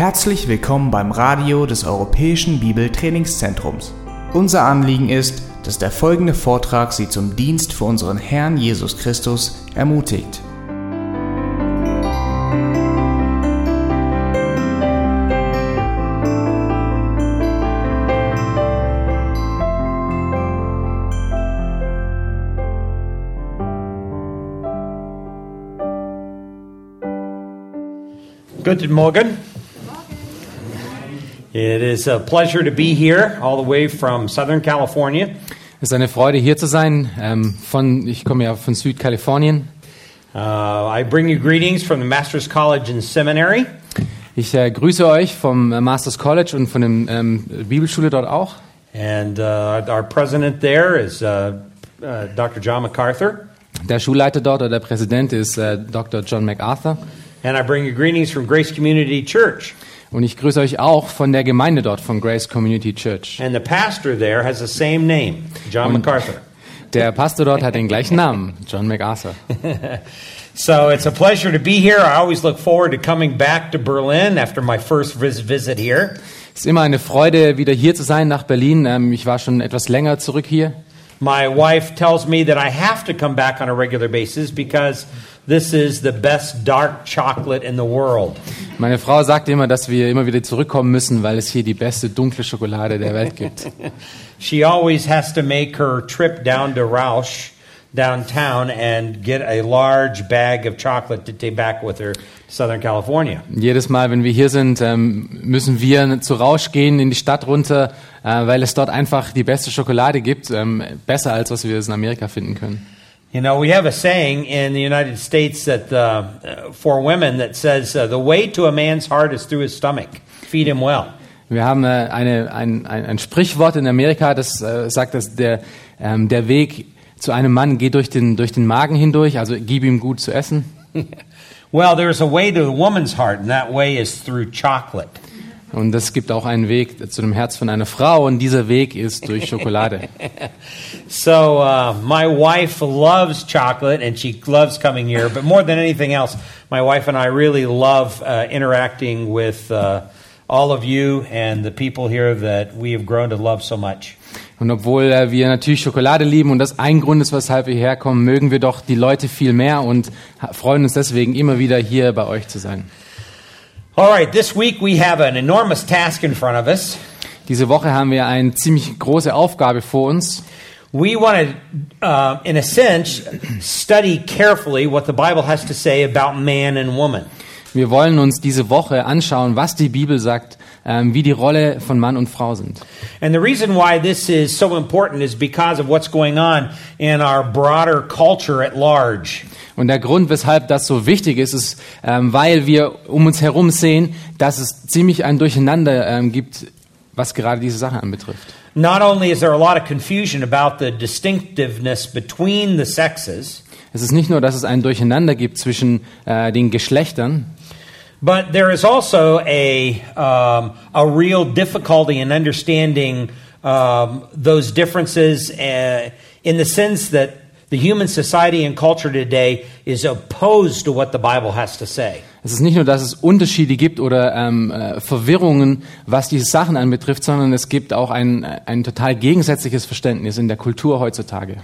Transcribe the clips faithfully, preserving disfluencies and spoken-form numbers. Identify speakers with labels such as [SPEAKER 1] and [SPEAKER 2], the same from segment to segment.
[SPEAKER 1] Herzlich willkommen beim Radio des Europäischen Bibeltrainingszentrums. Unser Anliegen ist, dass der folgende Vortrag Sie zum Dienst für unseren Herrn Jesus Christus ermutigt.
[SPEAKER 2] Guten Morgen. It is a pleasure to be here, all the way from Southern California.
[SPEAKER 3] Es ist eine Freude, hier zu sein. Ähm, von, ich komme ja von Südkalifornien.
[SPEAKER 2] Uh, I bring you greetings from the Master's College and Seminary.
[SPEAKER 3] Ich äh, grüße euch vom äh, Master's College und von der ähm, Bibelschule dort auch.
[SPEAKER 2] And uh, our president there is uh, uh, Doctor John MacArthur.
[SPEAKER 3] Der Schulleiter dort oder der Präsident ist äh, Doktor John MacArthur.
[SPEAKER 2] And I bring you greetings from Grace Community Church.
[SPEAKER 3] Und ich grüße euch auch von der Gemeinde dort, von Grace Community Church.
[SPEAKER 2] And the pastor there has the same name, John
[SPEAKER 3] Und
[SPEAKER 2] MacArthur.
[SPEAKER 3] Der Pastor dort hat den gleichen Namen, John MacArthur.
[SPEAKER 2] So it's a pleasure to be here. I always look forward to coming back to Berlin after my first visit here.
[SPEAKER 3] Es ist immer eine Freude, wieder hier zu sein nach Berlin. Ähm, ich war schon etwas länger zurück hier.
[SPEAKER 2] My wife tells me that I have to come back on a regular basis because this is the best dark chocolate in the world.
[SPEAKER 3] Meine Frau sagt immer, dass wir immer wieder zurückkommen müssen, weil es hier die beste dunkle Schokolade der Welt gibt.
[SPEAKER 2] She always has to make her trip down to Rausch downtown and get a large bag of chocolate to take back with her to Southern California.
[SPEAKER 3] Jedes Mal, wenn wir hier sind, ähm, müssen wir zu Rausch gehen, in die Stadt runter, äh, weil es dort einfach die beste Schokolade gibt, ähm, besser als was wir in Amerika finden können.
[SPEAKER 2] You know, we have a saying in the United States that uh, for women that says uh, the way to a man's heart is through his stomach. Feed him well.
[SPEAKER 3] Wir haben äh, eine, ein, ein, ein Sprichwort in Amerika, das äh, sagt, dass der, ähm, der Weg zu einem Mann geht durch den, durch den Magen hindurch, also gib ihm gut zu essen.
[SPEAKER 2] Well, there's a way to a woman's heart, and that way is through chocolate.
[SPEAKER 3] Und es gibt auch einen Weg zu dem Herz von einer Frau, und dieser Weg ist durch Schokolade.
[SPEAKER 2] So uh, my wife loves chocolate, and she loves coming here. But more than anything else, my wife and I really love uh, interacting with uh, all of you and the people here that we have grown to love so much.
[SPEAKER 3] Und obwohl äh, wir natürlich Schokolade lieben und das ein Grund ist, weshalb wir herkommen, mögen wir doch die Leute viel mehr und freuen uns deswegen immer wieder hier bei euch zu sein.
[SPEAKER 2] All right, this week we have an enormous task in front of us.
[SPEAKER 3] Diese Woche haben wir eine ziemlich große Aufgabe vor uns.
[SPEAKER 2] We want to, uh, in a sense, study carefully what the Bible has to say about man and woman.
[SPEAKER 3] Wir wollen uns diese Woche anschauen, was die Bibel sagt, ähm, wie die Rolle von Mann und Frau sind.
[SPEAKER 2] And the reason why this is so important is because of what's going on in our broader culture at large.
[SPEAKER 3] Und der Grund, weshalb das so wichtig ist, ist, ähm, weil wir um uns herum sehen, dass es ziemlich ein Durcheinander ähm, gibt, was gerade diese Sache anbetrifft.
[SPEAKER 2] Not only is there a lot of confusion about the distinctiveness between the sexes,
[SPEAKER 3] es ist nicht nur, dass es ein Durcheinander gibt zwischen äh, den Geschlechtern,
[SPEAKER 2] but there is also a um, a real difficulty in understanding um, those differences uh, in the sense that the human society and culture today is opposed to what the Bible has to say.
[SPEAKER 3] Es ist nicht nur, dass es Unterschiede gibt oder ähm, äh, Verwirrungen, was diese Sachen anbetrifft, sondern es gibt auch ein, ein total gegensätzliches Verständnis in der Kultur heutzutage.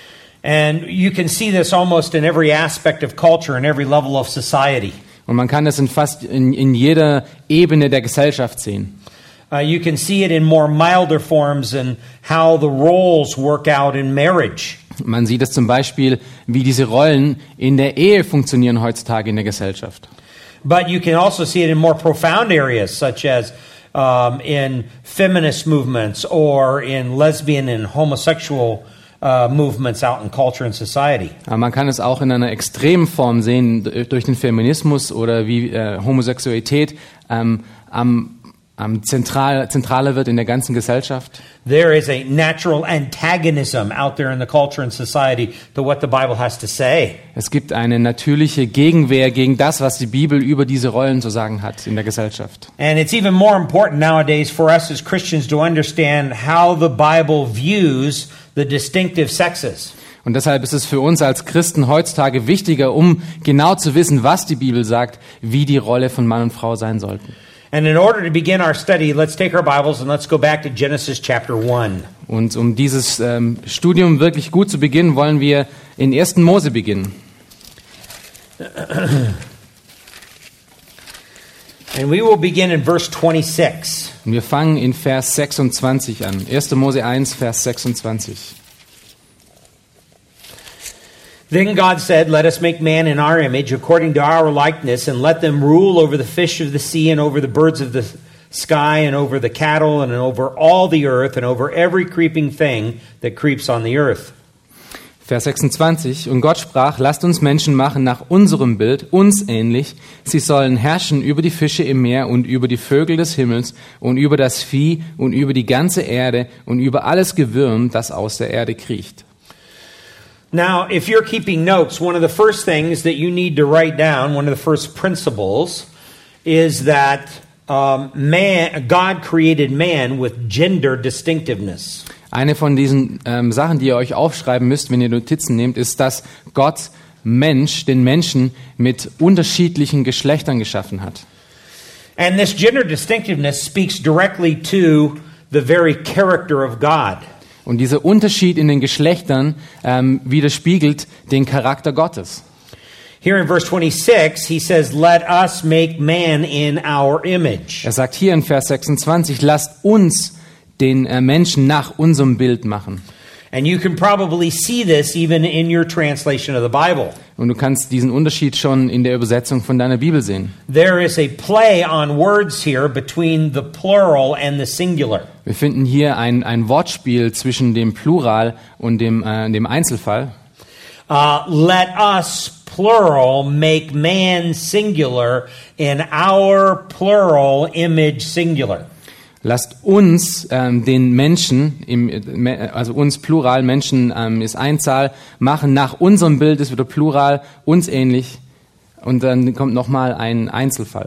[SPEAKER 2] And you can see this almost in every aspect of culture and every level of society.
[SPEAKER 3] Und man kann das in fast in, in jeder Ebene der Gesellschaft sehen.
[SPEAKER 2] Uh, you can see it in more milder forms and how the roles work out in marriage.
[SPEAKER 3] Man sieht es zum Beispiel, wie diese Rollen in der Ehe funktionieren heutzutage in der Gesellschaft.
[SPEAKER 2] But you can also see it in more profound areas, such as um, in feminist movements or in lesbian and homosexual uh, movements out in culture and society.
[SPEAKER 3] Aber man kann es auch in einer extremen Form sehen, durch den Feminismus oder wie äh, Homosexualität ähm, am Um, zentral, zentraler wird in der ganzen Gesellschaft.
[SPEAKER 2] There is a natural antagonism out there in the culture and society to what the Bible has to say.
[SPEAKER 3] Es gibt eine natürliche Gegenwehr gegen das, was die Bibel über diese Rollen zu sagen hat in der Gesellschaft.
[SPEAKER 2] And it's even more important nowadays for us as Christians to understand how the Bible views the distinctive sexes.
[SPEAKER 3] Und deshalb ist es für uns als Christen heutzutage wichtiger, um genau zu wissen, was die Bibel sagt, wie die Rolle von Mann und Frau sein sollten.
[SPEAKER 2] And in order to begin our study, let's take our Bibles and let's go back to Genesis chapter one.
[SPEAKER 3] Und um dieses ähm, Studium wirklich gut zu beginnen, wollen wir in ersten Mose beginnen.
[SPEAKER 2] And we will begin in verse twenty-six.
[SPEAKER 3] Und wir fangen in Vers sechsundzwanzig an. erster Mose eins, Vers sechsundzwanzig.
[SPEAKER 2] Then God said, "Let us make man in our image, according to our likeness, and let them rule over the fish of the sea, and over the birds of the sky, and over the cattle, and over all the earth, and over every creeping thing that creeps on the earth."
[SPEAKER 3] Vers sechsundzwanzig. Und Gott sprach, lasst uns Menschen machen nach unserem Bild, uns ähnlich. Sie sollen herrschen über die Fische im Meer und über die Vögel des Himmels und über das Vieh und über die ganze Erde und über alles Gewürm, das aus der Erde kriecht.
[SPEAKER 2] Now, if you're keeping notes, one of the first things that you need to write down, one of the first principles, is that um, man, God created man with gender distinctiveness.
[SPEAKER 3] Eine von diesen ähm, Sachen, die ihr euch aufschreiben müsst, wenn ihr Notizen nehmt, ist, dass Gott Mensch, den Menschen mit unterschiedlichen Geschlechtern geschaffen hat.
[SPEAKER 2] And this gender distinctiveness speaks directly to the very character of God.
[SPEAKER 3] Und dieser Unterschied in den Geschlechtern ähm, widerspiegelt den Charakter Gottes.
[SPEAKER 2] Here in verse twenty-six, he says, "Let us make man in our image."
[SPEAKER 3] Er sagt hier in Vers sechsundzwanzig, lasst uns den äh, Menschen nach unserem Bild machen.
[SPEAKER 2] And you can probably see this even in your translation of the Bible.
[SPEAKER 3] Und du kannst diesen Unterschied schon in der Übersetzung von deiner Bibel sehen.
[SPEAKER 2] There is a play on words here between the plural and the singular.
[SPEAKER 3] Wir finden hier ein, ein Wortspiel zwischen dem Plural und dem, äh, dem Einzelfall.
[SPEAKER 2] Uh, let us, plural, make man singular in our plural image singular.
[SPEAKER 3] Lasst uns ähm, den Menschen, im, also uns Plural, Menschen ähm, ist Einzahl, machen nach unserem Bild, ist wieder Plural, uns ähnlich. Und dann kommt nochmal ein Einzelfall.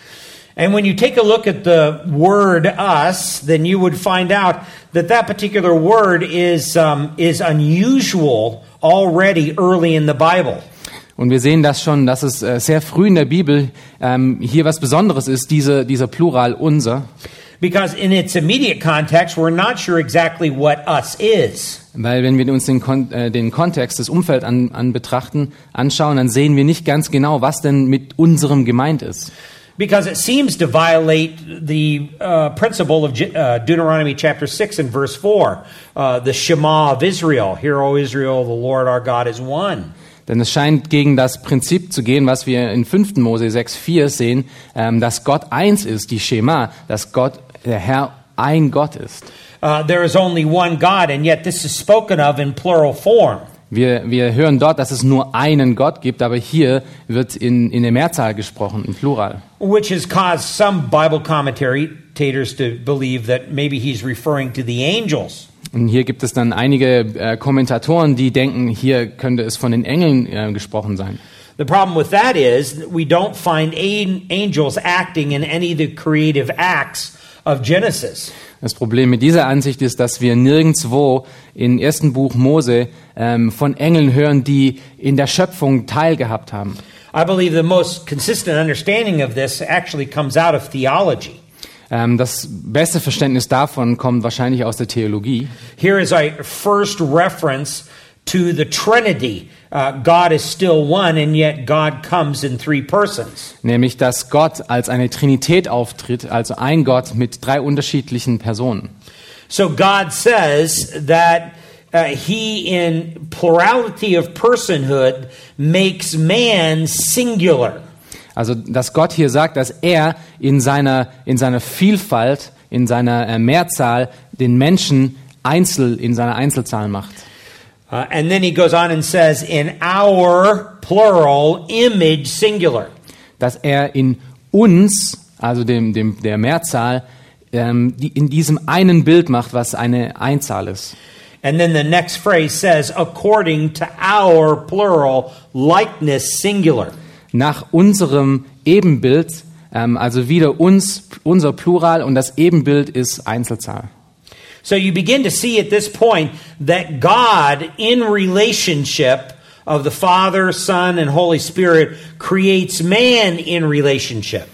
[SPEAKER 2] And when you take a look at the word us, then you would find out that that particular word is, um, is unusual already early in the Bible.
[SPEAKER 3] Und wir sehen das schon, dass es äh, sehr früh in der Bibel ähm, hier was Besonderes ist, diese, dieser Plural unser.
[SPEAKER 2] Because in its immediate context, we're not sure exactly what us is.
[SPEAKER 3] Weil wenn wir uns den, Kon äh, den Kontext, das Umfeld an, an betrachten, anschauen, dann sehen wir nicht ganz genau, was denn mit unserem gemeint ist.
[SPEAKER 2] Because it seems to violate the uh, principle of uh, Deuteronomy chapter six and verse four, uh, the Shema of Israel. Hear, O Israel, the Lord our God is one.
[SPEAKER 3] Denn es scheint gegen das Prinzip zu gehen, was wir in fünften Mose sechs vier sehen, ähm, dass Gott eins ist, die Shema, dass Gott, der Herr, ein Gott ist.
[SPEAKER 2] Uh, there is only one God, and yet this is spoken of in plural form.
[SPEAKER 3] Wir, wir hören dort, dass es nur einen Gott gibt, aber hier wird in, in der Mehrzahl gesprochen, im Plural.
[SPEAKER 2] Which has caused some Bible commentators to believe that maybe he's referring to the angels.
[SPEAKER 3] Und hier gibt es dann einige äh, Kommentatoren, die denken, hier könnte es von den Engeln äh, gesprochen sein.
[SPEAKER 2] The problem with that is we don't find angels acting in any of the creative acts of Genesis.
[SPEAKER 3] Das Problem mit dieser Ansicht ist, dass wir nirgendwo im ersten Buch Mose ähm, von Engeln hören, die in der Schöpfung teilgehabt haben.
[SPEAKER 2] I believe the most consistent understanding of this actually comes out of theology.
[SPEAKER 3] Ähm, das beste Verständnis davon kommt wahrscheinlich aus der Theologie.
[SPEAKER 2] Here is a first reference to the Trinity. Uh, God is still one, and yet God comes in three persons.
[SPEAKER 3] Nämlich, dass Gott als eine Trinität auftritt, also ein Gott mit drei unterschiedlichen Personen.
[SPEAKER 2] So God says that uh, He, in plurality of personhood, makes man singular.
[SPEAKER 3] Also, dass Gott hier sagt, dass er in seiner, in seiner Vielfalt, in seiner äh, Mehrzahl den Menschen einzel, in seiner Einzelzahl macht.
[SPEAKER 2] Uh, and then he goes on and says, in our plural image singular.
[SPEAKER 3] Dass er in uns, also dem, dem, der Mehrzahl, ähm, die, in diesem einen Bild macht, was eine Einzahl ist.
[SPEAKER 2] And then the next phrase says, according to our plural likeness singular.
[SPEAKER 3] Nach unserem Ebenbild, ähm, also wieder uns, unser Plural, und das Ebenbild ist Einzelzahl.
[SPEAKER 2] So you begin to see at this point that God, in relationship of the Father, Son, and Holy Spirit, creates man in relationship.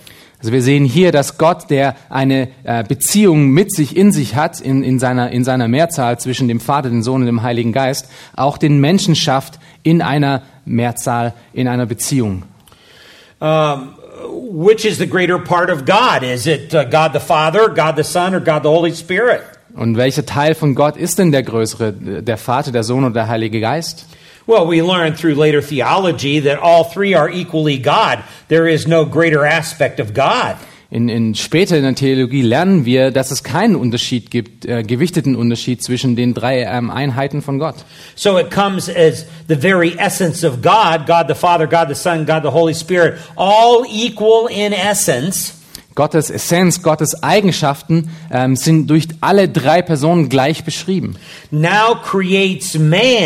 [SPEAKER 3] Also wir sehen hier, dass Gott, der eine äh, Beziehung mit sich in sich hat, in, in, seiner, in seiner Mehrzahl zwischen dem Vater, dem Sohn und dem Heiligen Geist, auch den Menschen schafft in einer Mehrzahl, in einer Beziehung.
[SPEAKER 2] Um, which is the greater part of God? Is it uh, God the Father, God the Son, or God the Holy Spirit?
[SPEAKER 3] Und welcher Teil von Gott ist denn der größere, der Vater, der Sohn oder der Heilige Geist?
[SPEAKER 2] Well, we learn through later theology that all three are equally God. There is no greater aspect of God.
[SPEAKER 3] In, in später in der Theologie lernen wir, dass es keinen Unterschied gibt, äh, gewichteten Unterschied zwischen den drei ähm, Einheiten von Gott.
[SPEAKER 2] So it comes as the very essence of God, God the Father, God the Son, God the Holy Spirit, all equal in essence.
[SPEAKER 3] Gottes Essenz, Gottes Eigenschaften ähm, sind durch alle drei Personen gleich beschrieben.
[SPEAKER 2] Now creates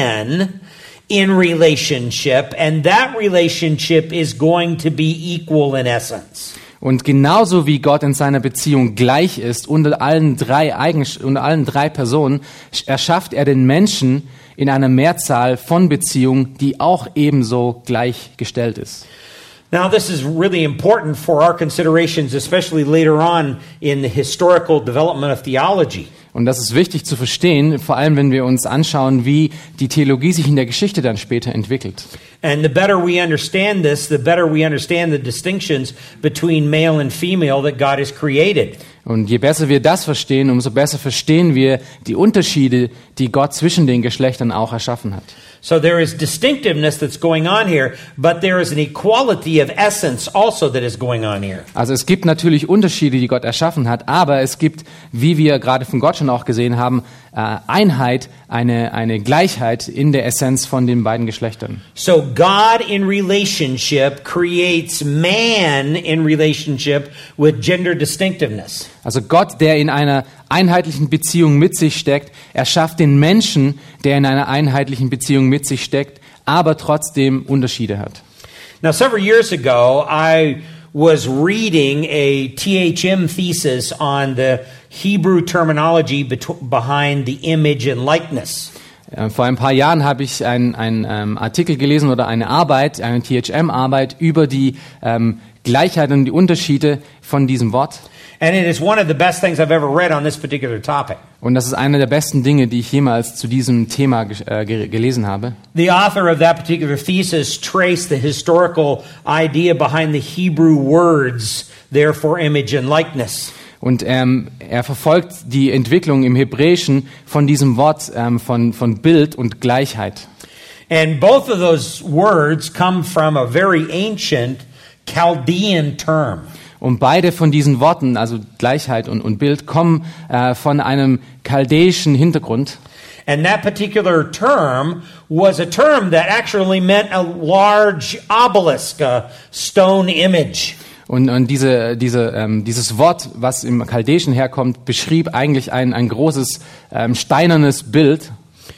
[SPEAKER 2] man in relationship, and that relationship is going to be equal in essence.
[SPEAKER 3] Und genauso wie Gott in seiner Beziehung gleich ist unter allen drei Eigensch- unter allen drei Personen, erschafft er den Menschen in einer Mehrzahl von Beziehungen, die auch ebenso gleichgestellt ist.
[SPEAKER 2] Now, this is really important for our considerations, especially later on in the historical development of theology.
[SPEAKER 3] Und das ist wichtig zu verstehen, vor allem wenn wir uns anschauen, wie die Theologie sich in der Geschichte dann später entwickelt.
[SPEAKER 2] And the better we understand this, the better we understand the distinctions between male and female that God has created.
[SPEAKER 3] Und je besser wir das verstehen, umso besser verstehen wir die Unterschiede, die Gott zwischen den Geschlechtern auch erschaffen hat.
[SPEAKER 2] So there is distinctiveness that's going on here, but there is an equality of essence also that is going on here.
[SPEAKER 3] Also es gibt natürlich Unterschiede, die Gott erschaffen hat, aber es gibt, wie wir gerade von Gott schon auch gesehen haben, Einheit, eine, eine Gleichheit in der Essenz von den beiden Geschlechtern.
[SPEAKER 2] So God in relationship creates man in relationship with gender distinctiveness.
[SPEAKER 3] Also Gott, der in einer einheitlichen Beziehung mit sich steckt, erschafft den Menschen, der in einer einheitlichen Beziehung mit sich steckt, aber trotzdem Unterschiede hat.
[SPEAKER 2] Now, several years ago, I was reading a T H M thesis on the Hebrew terminology behind the image and likeness.
[SPEAKER 3] Vor ein paar Jahren habe ich einen ähm, Artikel gelesen oder eine Arbeit, eine T H M-Arbeit über die ähm, Gleichheit und die Unterschiede von diesem Wort.
[SPEAKER 2] And it is one of the best things I've ever read on this particular topic.
[SPEAKER 3] Und das ist eine der besten Dinge, die ich jemals zu diesem Thema äh, gelesen habe.
[SPEAKER 2] The author of that particular thesis traced the historical idea behind the Hebrew words, therefore image and likeness.
[SPEAKER 3] Und ähm, er verfolgt die Entwicklung im Hebräischen von diesem Wort ähm, von, von Bild und Gleichheit.
[SPEAKER 2] And both of those words come from a very ancient Chaldean term.
[SPEAKER 3] Und beide von diesen Worten, also Gleichheit und, und Bild, kommen äh, von einem chaldäischen Hintergrund.
[SPEAKER 2] And that particular term was a term that actually meant a large obelisk, a stone image.
[SPEAKER 3] Und, und diese, diese, ähm, dieses Wort, was im Chaldäischen herkommt, beschrieb eigentlich ein, ein großes ähm, steinernes Bild.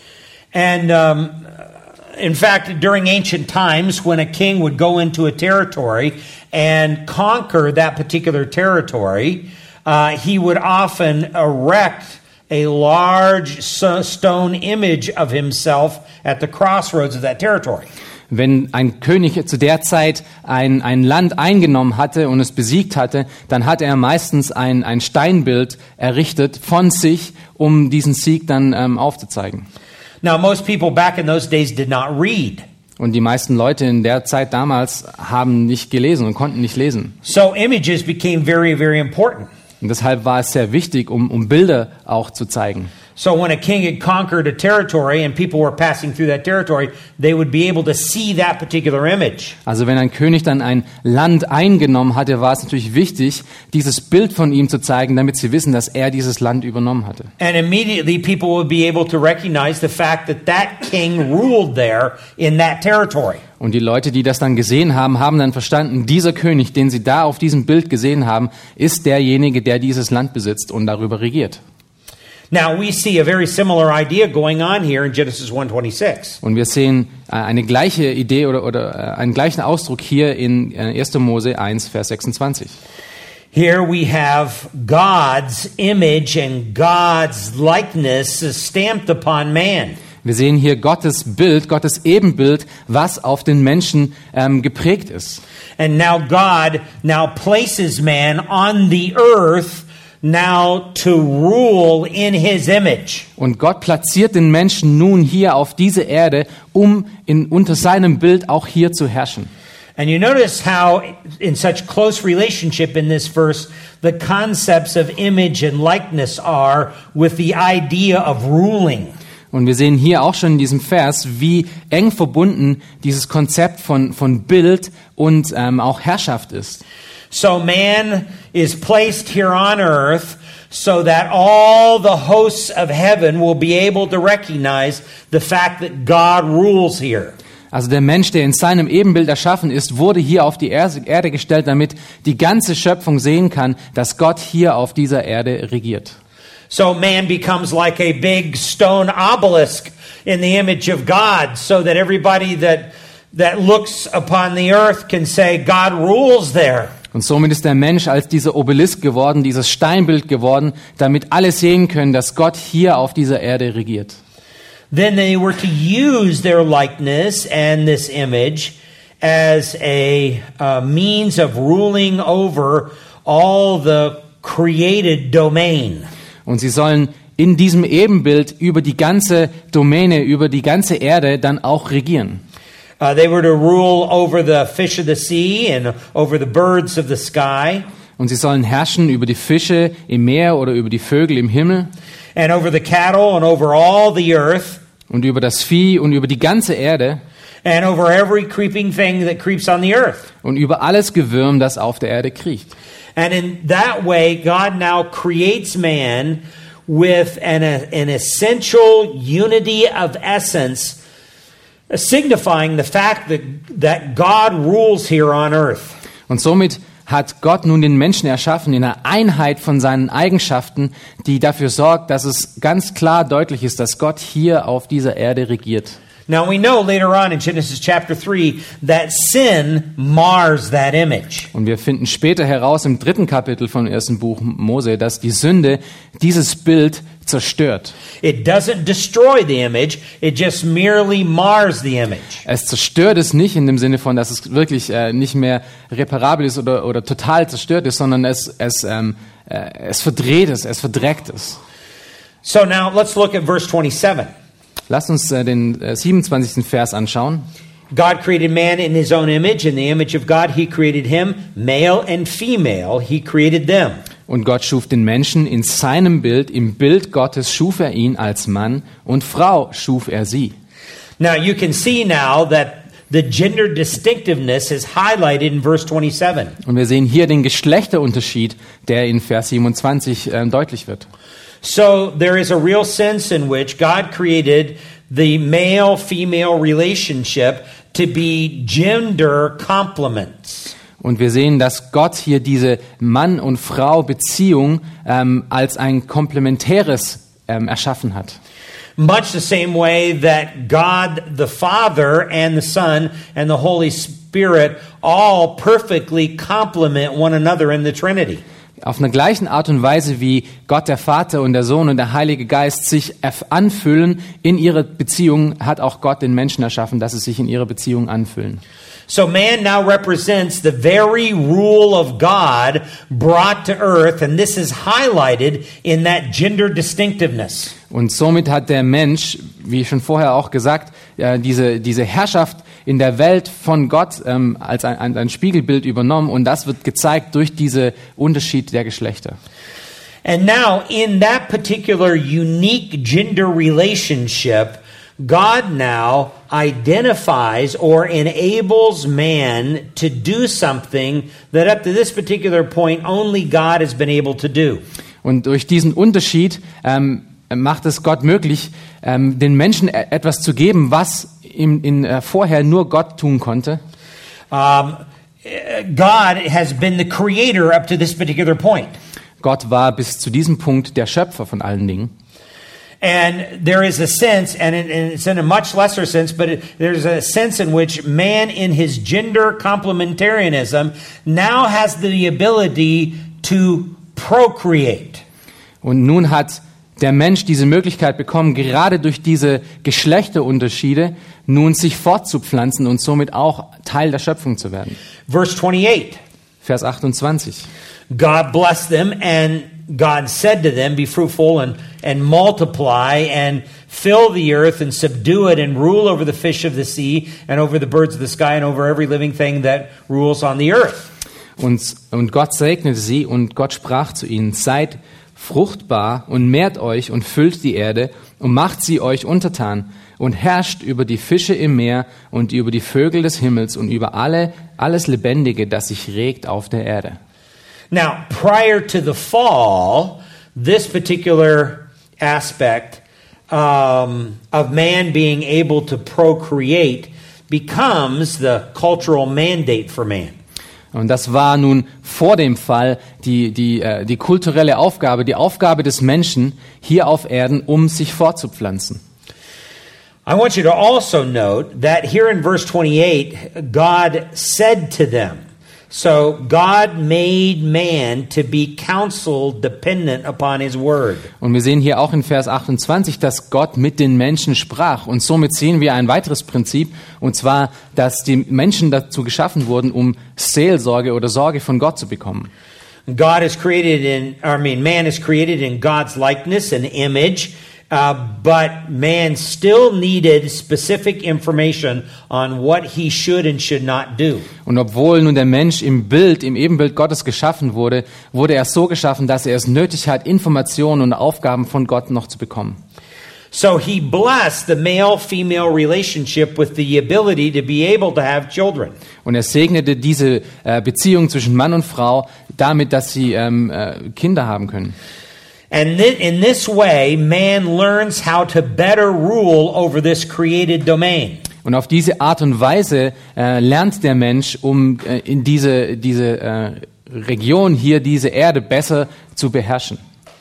[SPEAKER 2] And um, in fact, during ancient times, when a king would go into a territory and conquer that particular territory, uh, he would often erect a large stone image of himself at the crossroads of that territory.
[SPEAKER 3] Wenn ein König zu der Zeit ein, ein Land eingenommen hatte und es besiegt hatte, dann hatte er meistens ein, ein Steinbild errichtet von sich, um diesen Sieg dann ähm, aufzuzeigen.
[SPEAKER 2] Now, most people back in those days did not read.
[SPEAKER 3] Und die meisten Leute in der Zeit damals haben nicht gelesen und konnten nicht lesen.
[SPEAKER 2] So images became very, very important.
[SPEAKER 3] Und deshalb war es sehr wichtig, um, um Bilder auch zu zeigen.
[SPEAKER 2] So when a king had conquered a territory and people were passing through that territory, they would be able to see that particular image.
[SPEAKER 3] Also wenn ein König dann ein Land eingenommen hatte, war es natürlich wichtig, dieses Bild von ihm zu zeigen, damit sie wissen, dass er dieses Land übernommen hatte.
[SPEAKER 2] And immediately people would be able to recognize the fact that that king ruled there in that territory.
[SPEAKER 3] Und die Leute, die das dann gesehen haben, haben dann verstanden, dieser König, den sie da auf diesem Bild gesehen haben, ist derjenige, der dieses Land besitzt und darüber regiert.
[SPEAKER 2] Now we see a very similar idea going on here in Genesis one twenty-six.
[SPEAKER 3] Und wir sehen eine gleiche Idee oder, oder einen gleichen Ausdruck hier in erster Mose eins, Vers sechsundzwanzig.
[SPEAKER 2] Here we have God's image and God's likeness stamped upon man.
[SPEAKER 3] Wir sehen hier Gottes Bild, Gottes Ebenbild, was auf den Menschen ähm, geprägt ist.
[SPEAKER 2] And now God now places man on the earth now to rule in his image.
[SPEAKER 3] Und Gott platziert den Menschen nun hier auf diese Erde, um in, unter seinem Bild auch hier zu herrschen.
[SPEAKER 2] And you notice how in such close relationship in this verse the concepts of image and likeness are with the idea of ruling.
[SPEAKER 3] Und wir sehen hier auch schon in diesem Vers, wie eng verbunden dieses Konzept von, von Bild und ähm, auch Herrschaft ist.
[SPEAKER 2] So man is placed here on earth so that all the hosts of heaven will be able to recognize the fact that God rules here.
[SPEAKER 3] Also der Mensch, der in seinem Ebenbild erschaffen ist, wurde hier auf die Erde gestellt, damit die ganze Schöpfung sehen kann, dass Gott hier auf dieser Erde regiert.
[SPEAKER 2] So man becomes like a big stone obelisk in the image of God, so that everybody that that looks upon the earth can say God rules there.
[SPEAKER 3] Und somit ist der Mensch als dieser Obelisk geworden, dieses Steinbild geworden, damit alle sehen können, dass Gott hier auf dieser Erde regiert.
[SPEAKER 2] Then they were to use their likeness and this image as a uh, means of ruling over all the created domain.
[SPEAKER 3] Und sie sollen in diesem Ebenbild über die ganze Domäne, über die ganze Erde dann auch regieren.
[SPEAKER 2] Uh, they were to rule over the fish of the sea and over the birds of the sky.
[SPEAKER 3] Und sie sollen herrschen über die Fische im Meer oder über die Vögel im Himmel.
[SPEAKER 2] And over the cattle and over all the earth.
[SPEAKER 3] Und über das Vieh und über die ganze Erde.
[SPEAKER 2] And over every creeping thing that creeps on the earth.
[SPEAKER 3] Und über alles Gewürm, das auf der Erde kriecht.
[SPEAKER 2] And in that way, God now creates man with an, an essential unity of essence, signifying the fact that, that God rules here on earth.
[SPEAKER 3] Und somit hat Gott nun den Menschen erschaffen in einer Einheit von seinen Eigenschaften, die dafür sorgt, dass es ganz klar deutlich ist, dass Gott hier auf dieser Erde regiert.
[SPEAKER 2] Now we know later on in Genesis chapter three that sin mars that image.
[SPEAKER 3] Und wir finden später heraus im dritten Kapitel vom ersten Buch Mose, dass die Sünde dieses Bild zerstört.
[SPEAKER 2] It doesn't destroy the image, it just merely mars the image.
[SPEAKER 3] Es zerstört es nicht in dem Sinne von, dass es wirklich äh, nicht mehr reparabel ist oder, oder total zerstört ist, sondern es, es, ähm, äh, es verdreht es, es verdreckt es.
[SPEAKER 2] So now let's look at verse twenty-seven.
[SPEAKER 3] Lasst uns äh, den äh, siebenundzwanzigsten Vers anschauen.
[SPEAKER 2] God created man in his own image, in the image of God he created him, male and female he created them.
[SPEAKER 3] Und Gott schuf den Menschen in seinem Bild, im Bild Gottes schuf er ihn als Mann und Frau schuf er sie.
[SPEAKER 2] Now you can see now that the gender distinctiveness is highlighted in verse twenty-seven.
[SPEAKER 3] Und wir sehen hier den Geschlechterunterschied, der in Vers siebenundzwanzig äh, deutlich wird.
[SPEAKER 2] So there is a real sense in which God created the male-female relationship to be gender complements.
[SPEAKER 3] Und wir sehen, dass Gott hier diese Mann- und Frau-Beziehung ähm, als ein komplementäres ähm, erschaffen hat.
[SPEAKER 2] Much the same way that God the Father and the Son and the Holy Spirit all perfectly complement one another in the Trinity.
[SPEAKER 3] Auf einer gleichen Art und Weise, wie Gott der Vater und der Sohn und der Heilige Geist sich anfüllen in ihrer Beziehung, hat auch Gott den Menschen erschaffen, dass sie sich in ihrer Beziehung anfüllen.
[SPEAKER 2] So man now represents the very rule of God brought to earth, and this is highlighted in that gender distinctiveness.
[SPEAKER 3] Und somit hat der Mensch, wie schon vorher auch gesagt, äh, diese, diese Herrschaft in der Welt von Gott ähm, als ein, ein, ein Spiegelbild übernommen, und das wird gezeigt durch diesen Unterschied der Geschlechter.
[SPEAKER 2] And now in that particular unique gender relationship, God now identifies or enables man to do something that up to this particular point only God has been able to do.
[SPEAKER 3] Und durch diesen Unterschied ähm, macht es Gott möglich, ähm, den Menschen etwas zu geben, was in, in, äh, vorher nur Gott tun konnte.
[SPEAKER 2] Um, God has been the creator up to this particular point.
[SPEAKER 3] Gott war bis zu diesem Punkt der Schöpfer von allen Dingen.
[SPEAKER 2] And there is a sense, and it's in a much lesser sense, but it, there's a sense in which man in his gender complementarianism now has the ability to procreate.
[SPEAKER 3] Und nun hat der Mensch diese Möglichkeit bekommen, gerade durch diese Geschlechterunterschiede nun sich fortzupflanzen und somit auch Teil der Schöpfung zu werden.
[SPEAKER 2] Verse twenty-eight.
[SPEAKER 3] Vers achtundzwanzig.
[SPEAKER 2] God blessed them, and God said to them, be fruitful and, and multiply and fill the earth and subdue it and rule over the fish of the sea and over the birds of the sky and over every living thing that rules on the earth.
[SPEAKER 3] Und, und Gott segnete sie und Gott sprach zu ihnen, seid fruchtbar und mehrt euch und füllt die Erde und macht sie euch untertan und herrscht über die Fische im Meer und über die Vögel des Himmels und über alle, alles Lebendige, das sich regt auf der Erde.
[SPEAKER 2] Now, prior to the fall, this particular aspect um, of man being able to procreate becomes the cultural mandate for man.
[SPEAKER 3] Und das war nun vor dem Fall die, die, äh, die kulturelle Aufgabe, die Aufgabe des Menschen hier auf Erden, um sich fortzupflanzen.
[SPEAKER 2] I want you to also note that here in verse twenty-eight, God said to them. So God made man to be counsel dependent upon his word.
[SPEAKER 3] Und wir sehen hier auch in Vers achtundzwanzig, dass Gott mit den Menschen sprach. Und somit sehen wir ein weiteres Prinzip, und zwar, dass die Menschen dazu geschaffen wurden, um Seelsorge oder Sorge von Gott zu bekommen.
[SPEAKER 2] God is created in, I mean, man is created in God's likeness and image. Uh, but man still needed specific information on what he should and should not do.
[SPEAKER 3] Und obwohl nun der Mensch im Bild, im Ebenbild Gottes geschaffen wurde, wurde er so geschaffen, dass er es nötig hat, Informationen und Aufgaben von Gott noch zu bekommen.
[SPEAKER 2] So he blessed the male-female relationship with the ability to be able to have children.
[SPEAKER 3] Und er segnete diese äh, Beziehung zwischen Mann und Frau damit, dass sie ähm, äh, Kinder haben können.
[SPEAKER 2] And in this way, man learns how to better rule over this created domain.
[SPEAKER 3] Und auf diese Art und Weise äh, lernt der Mensch, um äh, in diese, diese äh, Region hier, diese Erde besser zu beherrschen.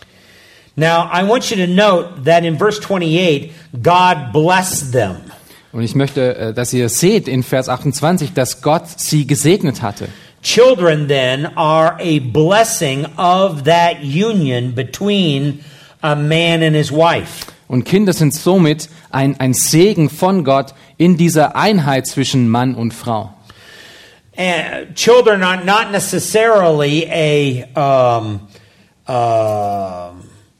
[SPEAKER 2] Now, I want you to note that in verse twenty-eight, God blessed them.
[SPEAKER 3] Und ich möchte, äh, dass ihr seht in Vers achtundzwanzig, dass Gott sie gesegnet hatte.
[SPEAKER 2] Children then are a blessing of that union between a man and his wife.
[SPEAKER 3] Und Kinder sind somit ein, ein Segen von Gott in dieser Einheit zwischen Mann und Frau.
[SPEAKER 2] And children are not necessarily a um, uh,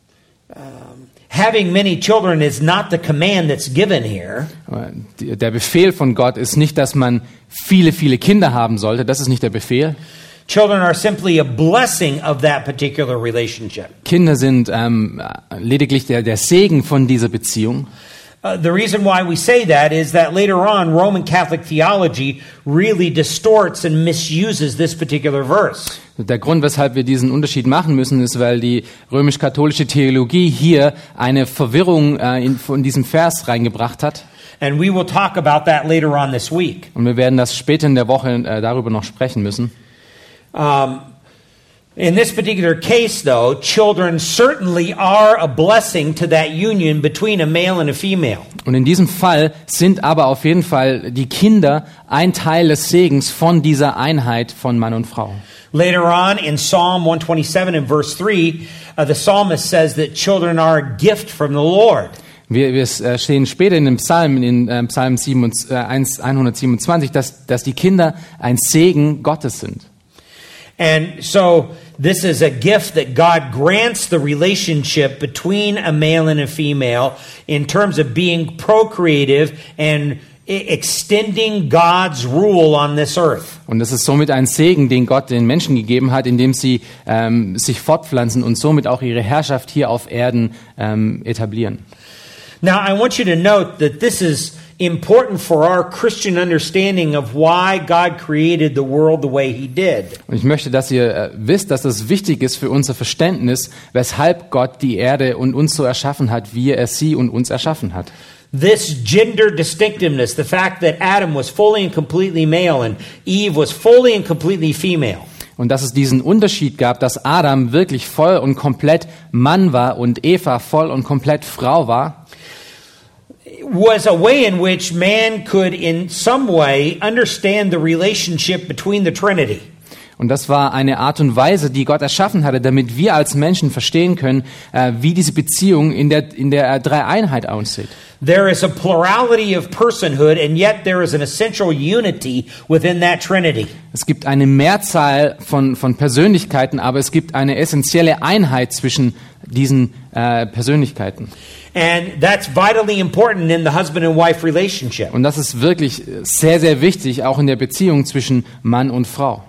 [SPEAKER 2] um, having many children is not the command that's given here.
[SPEAKER 3] Der Befehl von Gott ist nicht, dass man viele, viele Kinder haben sollte. Das ist nicht der Befehl.
[SPEAKER 2] Children are simply a blessing of that particular relationship.
[SPEAKER 3] Kinder sind ähm, lediglich der, der Segen von dieser Beziehung.
[SPEAKER 2] Uh, the reason why we say that is that later on Roman Catholic theology really distorts and misuses this particular verse.
[SPEAKER 3] Der Grund, weshalb wir diesen Unterschied machen müssen, ist, weil die römisch-katholische Theologie hier eine Verwirrung äh, in, in diesem Vers reingebracht hat.
[SPEAKER 2] And we will talk about that later on this week.
[SPEAKER 3] Und wir werden das später in der Woche äh, darüber noch sprechen müssen.
[SPEAKER 2] Um, in this particular case, though, children certainly are a blessing to that union between a male and a female.
[SPEAKER 3] Und in diesem Fall sind aber auf jeden Fall die Kinder ein Teil des Segens von dieser Einheit von Mann und Frau.
[SPEAKER 2] Later on in Psalm one twenty-seven in verse three, uh, the psalmist says that children are a gift from the Lord.
[SPEAKER 3] Wir, wir stehen später in dem Psalm, in äh, Psalm hundertsiebenundzwanzig, dass, dass die Kinder ein Segen Gottes sind.
[SPEAKER 2] And so this is a gift that God grants the relationship between a male and a female in terms of being procreative and extending God's rule on this earth.
[SPEAKER 3] Und das ist somit ein Segen, den Gott den Menschen gegeben hat, indem sie ähm, sich fortpflanzen und somit auch ihre Herrschaft hier auf Erden ähm, etablieren.
[SPEAKER 2] Now, I want you to note that this is important for our Christian understanding of why God created the world the way He did.
[SPEAKER 3] Und ich möchte, dass ihr äh, wisst, dass das wichtig ist für unser Verständnis, weshalb Gott die Erde und uns so erschaffen hat, wie er sie und uns erschaffen hat.
[SPEAKER 2] This gender distinctiveness, the fact that Adam was fully and completely male and Eve was fully and completely female.
[SPEAKER 3] Und dass es diesen Unterschied gab, dass Adam wirklich voll und komplett Mann war und Eva voll und komplett Frau war,
[SPEAKER 2] was a way in which man could in some way understand the relationship between the Trinity.
[SPEAKER 3] Und das war eine Art und Weise, die Gott erschaffen hatte, damit wir als Menschen verstehen können, äh, wie diese Beziehung in der, in der äh, Dreieinheit aussieht.
[SPEAKER 2] There is a plurality of personhood, and yet there is an essential unity within that Trinity.
[SPEAKER 3] Es gibt eine Mehrzahl von, von Persönlichkeiten, aber es gibt eine essentielle Einheit zwischen diesen äh, Persönlichkeiten.
[SPEAKER 2] And that's vitally important in the husband and wife relationship.
[SPEAKER 3] Und das ist wirklich sehr, sehr wichtig, auch in der Beziehung zwischen Mann und Frau.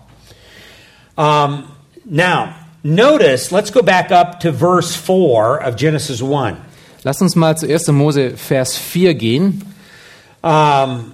[SPEAKER 2] Um, now, notice, let's go back up to verse four of Genesis one.
[SPEAKER 3] Lass uns mal zu erster Mose Vers vier gehen.
[SPEAKER 2] Um,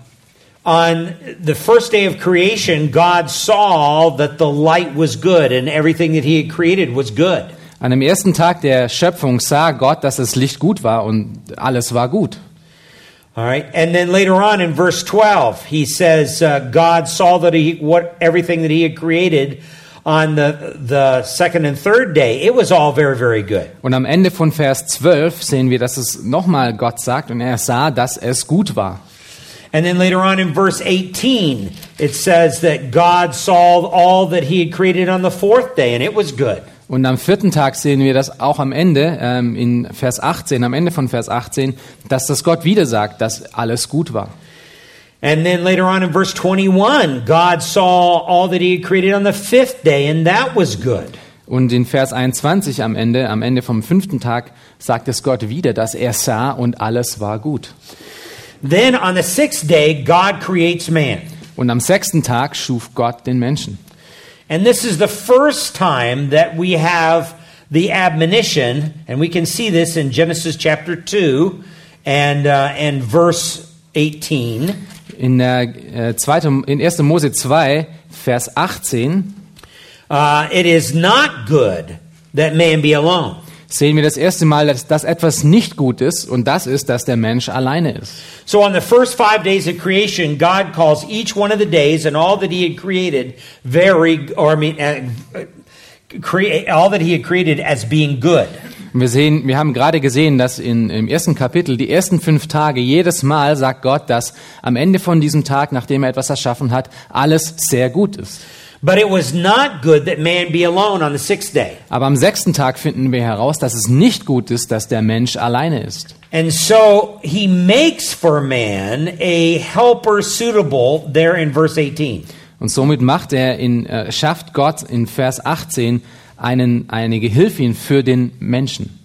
[SPEAKER 2] on the first day of creation, God saw that the light was good and everything that he had created was good.
[SPEAKER 3] An dem ersten Tag der Schöpfung sah Gott, dass das Licht gut war und alles war gut.
[SPEAKER 2] All right, and then later on in verse twelve, he says, uh, God saw that he what everything that he had created on the the second and third day, it was all very, very good.
[SPEAKER 3] Und am Ende von Vers zwölf sehen wir, dass es nochmal Gott sagt und er sah, dass es gut war.
[SPEAKER 2] And then later on in verse eighteen, it says that God saw all that he had created on the fourth day, and it was good.
[SPEAKER 3] Und am vierten Tag sehen wir das auch am Ende, ähm, in Vers achtzehn, am Ende von Vers achtzehn, dass das Gott wieder sagt, dass alles gut war.
[SPEAKER 2] And then later on in verse twenty-one, God saw all that he had created on the fifth day, and that was good.
[SPEAKER 3] Und in Vers einundzwanzig am Ende, am Ende vom fünften Tag, sagt es Gott wieder, dass er sah und alles war gut.
[SPEAKER 2] Then on the sixth day, God creates man.
[SPEAKER 3] Und am sechsten Tag schuf Gott den Menschen.
[SPEAKER 2] And this is the first time that we have the admonition, and we can see this in Genesis chapter two and uh, and verse eighteen.
[SPEAKER 3] In, äh, zweite, in erster Mose zwei, Vers achtzehn,
[SPEAKER 2] Uh, it is not good that man be alone.
[SPEAKER 3] sehen wir das erste Mal, dass das etwas nicht gut ist, und das ist, dass der Mensch alleine ist.
[SPEAKER 2] So on the first five days of creation, God calls each one of the days and all that he had created very, or I mean, uh, create all that he had created as being good.
[SPEAKER 3] Und wir sehen, wir haben gerade gesehen, dass in, im ersten Kapitel, die ersten fünf Tage, jedes Mal sagt Gott, dass am Ende von diesem Tag, nachdem er etwas erschaffen hat, alles sehr gut ist.
[SPEAKER 2] But it was not good that man be alone on the sixth day.
[SPEAKER 3] Aber am sechsten Tag finden wir heraus, dass es nicht gut ist, dass der Mensch alleine ist.
[SPEAKER 2] And so he makes for man a helper suitable there in verse eighteen.
[SPEAKER 3] Und somit macht er in, äh, schafft Gott in Vers achtzehn einen, eine Gehilfin für den Menschen.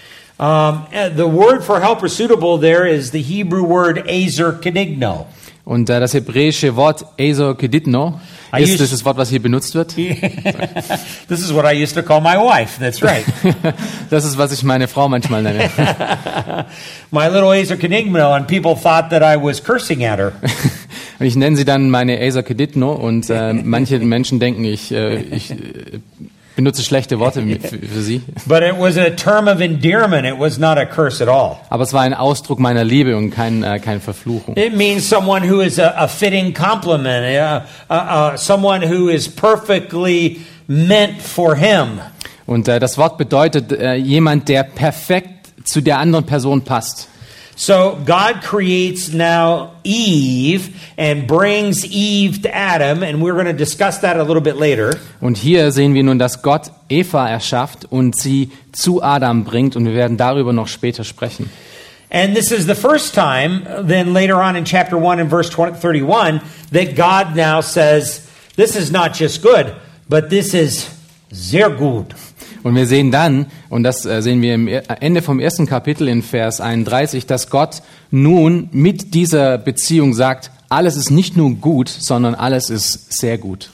[SPEAKER 2] Um, the word for helper suitable there is the Hebrew word ezer kenigno.
[SPEAKER 3] Und äh, das hebräische Wort Ezer Keditno
[SPEAKER 2] I
[SPEAKER 3] ist
[SPEAKER 2] used-
[SPEAKER 3] das, Wort, was hier benutzt wird.
[SPEAKER 2] This is what I used to call my wife. That's right.
[SPEAKER 3] Das ist, was ich meine Frau manchmal nenne.
[SPEAKER 2] My little ezer kenigno, and people thought that I was cursing at her.
[SPEAKER 3] Und ich nenne sie dann meine Ezer Keditno und äh, manche Menschen denken, ich, äh, ich äh, benutze schlechte Worte für, für sie.
[SPEAKER 2] But it was a term of endearment. It was not a curse at all.
[SPEAKER 3] Aber es war ein Ausdruck meiner Liebe und kein, äh, keine Verfluchung.
[SPEAKER 2] It means someone who is a, a fitting complement, uh, uh, uh, someone who is perfectly meant for him.
[SPEAKER 3] Und äh, das Wort bedeutet äh, jemand, der perfekt zu der anderen Person passt.
[SPEAKER 2] So God creates now Eve and brings Eve to Adam, and we're going to discuss that a little bit later.
[SPEAKER 3] Und hier sehen wir nun, dass Gott Eva erschafft und sie zu Adam bringt, und wir werden darüber noch später sprechen.
[SPEAKER 2] And this is the first time, then later on in chapter one and verse thirty-one, that God now says, this is not just good, but this is sehr gut.
[SPEAKER 3] Und wir sehen dann, und das äh, sehen wir am Ende vom ersten Kapitel in Vers einunddreißig, dass Gott nun mit dieser Beziehung sagt, alles ist nicht nur gut, sondern alles ist sehr gut.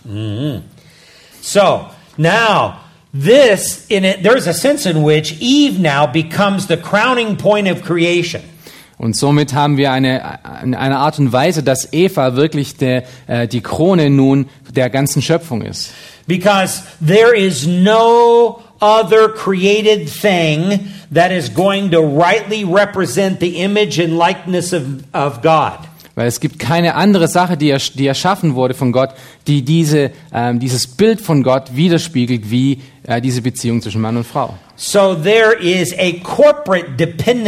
[SPEAKER 2] So now, this in it, there's a sense in which Eve now becomes the crowning point of creation.
[SPEAKER 3] Und somit haben wir eine, eine Art und Weise, dass Eva wirklich der, äh, die Krone nun der ganzen Schöpfung ist.
[SPEAKER 2] Because there is no other created thing that is going to rightly represent the image and likeness of, of God.
[SPEAKER 3] Weil es gibt keine andere Sache, die, ers- die erschaffen wurde von Gott, die diese, ähm, dieses Bild von Gott widerspiegelt, wie äh, diese Beziehung zwischen Mann und Frau.
[SPEAKER 2] So there is a corporate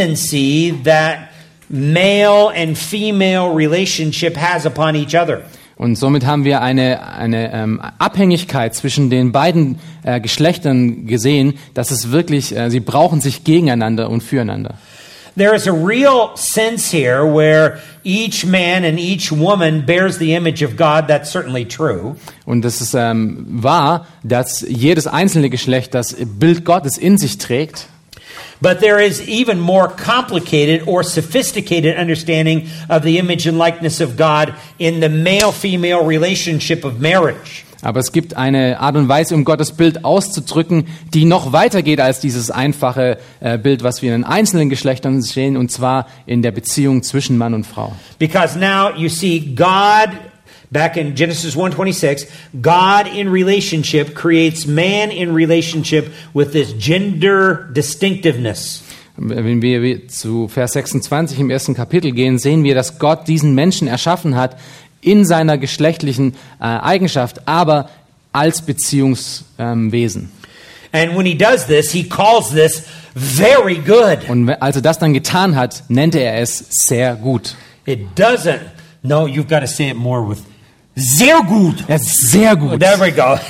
[SPEAKER 2] dependency that male and female relationship has upon each other.
[SPEAKER 3] Und somit haben wir eine, eine ähm, Abhängigkeit zwischen den beiden äh, Geschlechtern gesehen, dass es wirklich, äh, sie brauchen sich gegeneinander und füreinander.
[SPEAKER 2] There is a real sense here where each man and each woman bears the image of God. That's certainly true.
[SPEAKER 3] Und es ist ähm, wahr, dass jedes einzelne Geschlecht das Bild Gottes in sich trägt.
[SPEAKER 2] But there is even more complicated or sophisticated understanding of the image and likeness of God in the male-female relationship of marriage.
[SPEAKER 3] Aber es gibt eine Art und Weise, um Gottes Bild auszudrücken, die noch weiter geht als dieses einfache äh, Bild, was wir in den einzelnen Geschlechtern sehen, und zwar in der Beziehung zwischen Mann und Frau.
[SPEAKER 2] Because now you see God, back in Genesis one twenty-six, God in relationship creates man in relationship with this gender distinctiveness.
[SPEAKER 3] Wenn wir zu Vers sechsundzwanzig im ersten Kapitel gehen, sehen wir, dass Gott diesen Menschen erschaffen hat, in seiner geschlechtlichen äh, Eigenschaft, aber als Beziehungswesen. Ähm,
[SPEAKER 2] And when he does this, he calls this very good.
[SPEAKER 3] Und als er das dann getan hat, nannte er es sehr gut.
[SPEAKER 2] It doesn't. No, you've got to say it more with sehr gut.
[SPEAKER 3] Es ist sehr gut.
[SPEAKER 2] There we go.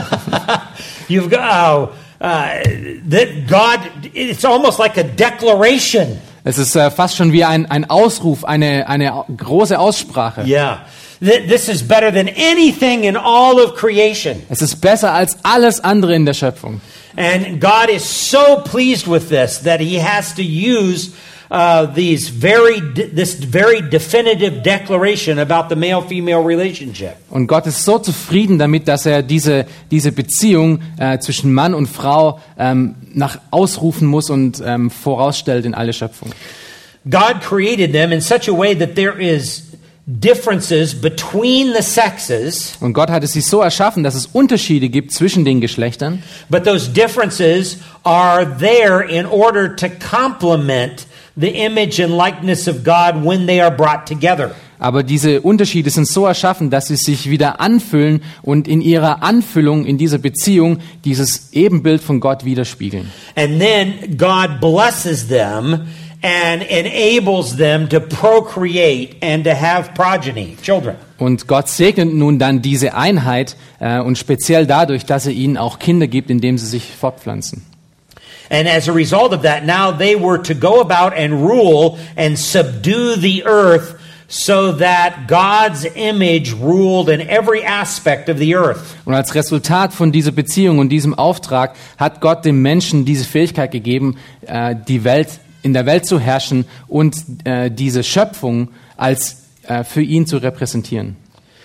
[SPEAKER 2] You've got oh, uh, that God. It's almost like a declaration.
[SPEAKER 3] Es ist äh, fast schon wie ein, ein Ausruf, eine, eine große Aussprache.
[SPEAKER 2] Yeah. This is better than anything in all of creation.
[SPEAKER 3] Es ist besser als alles andere in der Schöpfung.
[SPEAKER 2] And God is so pleased with this that he has to use uh, these very this very definitive declaration about the male-female relationship.
[SPEAKER 3] Und Gott ist so zufrieden damit, dass er diese diese Beziehung äh, zwischen Mann und Frau ähm, nach ausrufen muss und ähm, vorausstellt in alle Schöpfung.
[SPEAKER 2] God created them in such a way that there is differences between the sexes.
[SPEAKER 3] Und Gott hat es sich so erschaffen, dass es Unterschiede gibt zwischen den Geschlechtern.
[SPEAKER 2] But those differences are there in order to complement the image and likeness of God when they are brought together.
[SPEAKER 3] Aber diese Unterschiede sind so erschaffen, dass sie sich wieder anfüllen und in ihrer Anfüllung, in dieser Beziehung, dieses Ebenbild von Gott widerspiegeln.
[SPEAKER 2] And then God blesses them and enables them to procreate and to have progeny, children.
[SPEAKER 3] Und Gott segnet nun dann diese Einheit äh, und speziell dadurch, dass er ihnen auch Kinder gibt, indem sie sich fortpflanzen.
[SPEAKER 2] And as a result of that, now they were to go about and rule and subdue the earth so that God's image ruled in every aspect of the earth.
[SPEAKER 3] Und als Resultat von dieser Beziehung und diesem Auftrag hat Gott dem Menschen diese Fähigkeit gegeben, äh, die Welt in der Welt zu herrschen und äh, diese Schöpfung als äh, für ihn zu repräsentieren.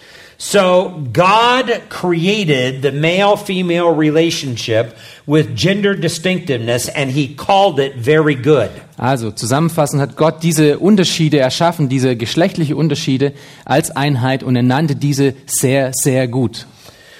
[SPEAKER 2] So God created the male-female relationship with gender distinctiveness and he called it very good.
[SPEAKER 3] Also zusammenfassend hat Gott diese Unterschiede erschaffen, diese geschlechtliche Unterschiede als Einheit, und er nannte diese sehr, sehr gut.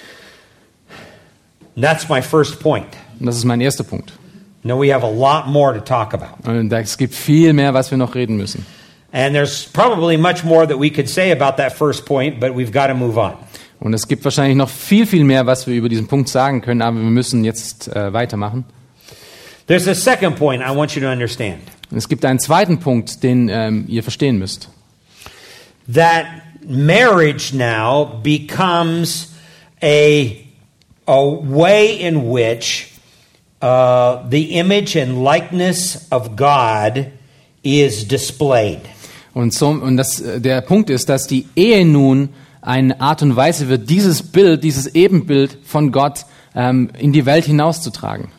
[SPEAKER 2] And that's my first point.
[SPEAKER 3] Und das ist mein erster Punkt.
[SPEAKER 2] Now we have a lot more to talk about.
[SPEAKER 3] Und es gibt viel mehr, was wir noch reden müssen.
[SPEAKER 2] And there's probably much more that we could say about that first point, but we've got to move on.
[SPEAKER 3] Und es gibt wahrscheinlich noch viel, viel mehr, was wir über diesen Punkt sagen können, aber wir müssen jetzt äh, weitermachen.
[SPEAKER 2] There's a second point I want you to understand.
[SPEAKER 3] Und es gibt einen zweiten Punkt, den ähm, ihr verstehen müsst.
[SPEAKER 2] That marriage now becomes a, a way in which uh, the image and likeness of God is displayed.
[SPEAKER 3] Und, so, und das, der Punkt ist, dass die Ehe nun eine Art und Weise wird, dieses Bild, dieses Ebenbild von Gott ähm, in die Welt hinauszutragen.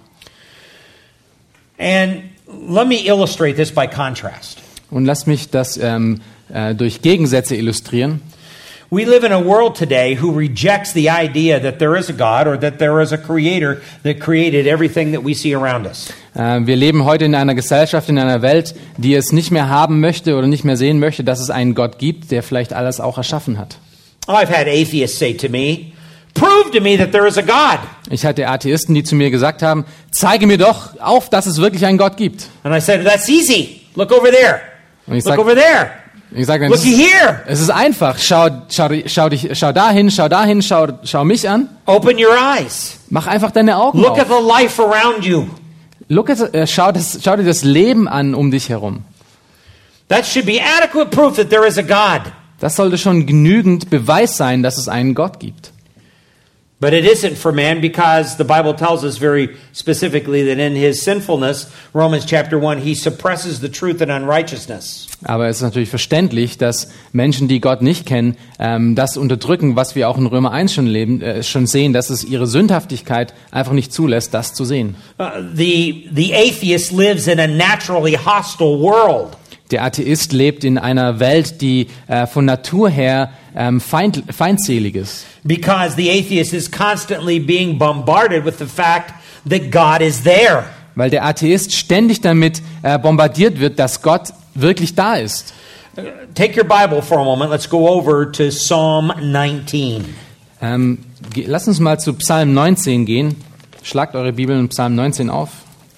[SPEAKER 2] And let me illustrate this by contrast.
[SPEAKER 3] Und lasst mich das ähm, äh, durch Gegensätze illustrieren.
[SPEAKER 2] We live in a world today who rejects the idea that there is a God or that there is a creator that created everything that we see around us.
[SPEAKER 3] Äh, wir leben heute in einer Gesellschaft, in einer Welt, die es nicht mehr haben möchte oder nicht mehr sehen möchte, dass es einen Gott gibt, der vielleicht alles auch erschaffen hat.
[SPEAKER 2] I've had atheists say to me, "Prove to me that there is a God."
[SPEAKER 3] Ich hatte Atheisten, die zu mir gesagt haben, zeige mir doch auf, dass es wirklich einen Gott gibt.
[SPEAKER 2] And I said, "That's easy. Look over there.
[SPEAKER 3] Und ich
[SPEAKER 2] Look
[SPEAKER 3] sag,
[SPEAKER 2] over there.
[SPEAKER 3] ich sag dann,
[SPEAKER 2] Looky here.
[SPEAKER 3] es ist einfach. Schau, schau, schau dich, schau dahin, schau dahin, schau, schau mich an.
[SPEAKER 2] Open your eyes.
[SPEAKER 3] Mach einfach deine Augen
[SPEAKER 2] Look at
[SPEAKER 3] auf.
[SPEAKER 2] the life around you."
[SPEAKER 3] Look at, äh, schau, das, schau dir das Leben an um dich herum.
[SPEAKER 2] That should be adequate proof that there is a God.
[SPEAKER 3] Das sollte schon genügend Beweis sein, dass es einen Gott gibt.
[SPEAKER 2] But it isn't for man because the Bible tells us very specifically that in his sinfulness, Romans chapter one, he suppresses the truth and unrighteousness.
[SPEAKER 3] Aber es ist natürlich verständlich, dass Menschen, die Gott nicht kennen, ähm, das unterdrücken, was wir auch in Römer eins schon, leben, äh, schon sehen, dass es ihre Sündhaftigkeit einfach nicht zulässt, das zu sehen.
[SPEAKER 2] Uh, the, the atheist lives in a naturally hostile world.
[SPEAKER 3] Der Atheist lebt in einer Welt, die äh, von Natur her ähm, feind, feindselig ist.
[SPEAKER 2] Because the atheist is constantly being bombarded with the fact that God is there.
[SPEAKER 3] Weil der Atheist ständig damit äh, bombardiert wird, dass Gott wirklich da ist.
[SPEAKER 2] Uh, take your Bible for a moment. Let's go over to Psalm nineteen.
[SPEAKER 3] Ähm, ge- lass uns mal zu Psalm neunzehn gehen. Schlagt eure Bibel in Psalm neunzehn auf.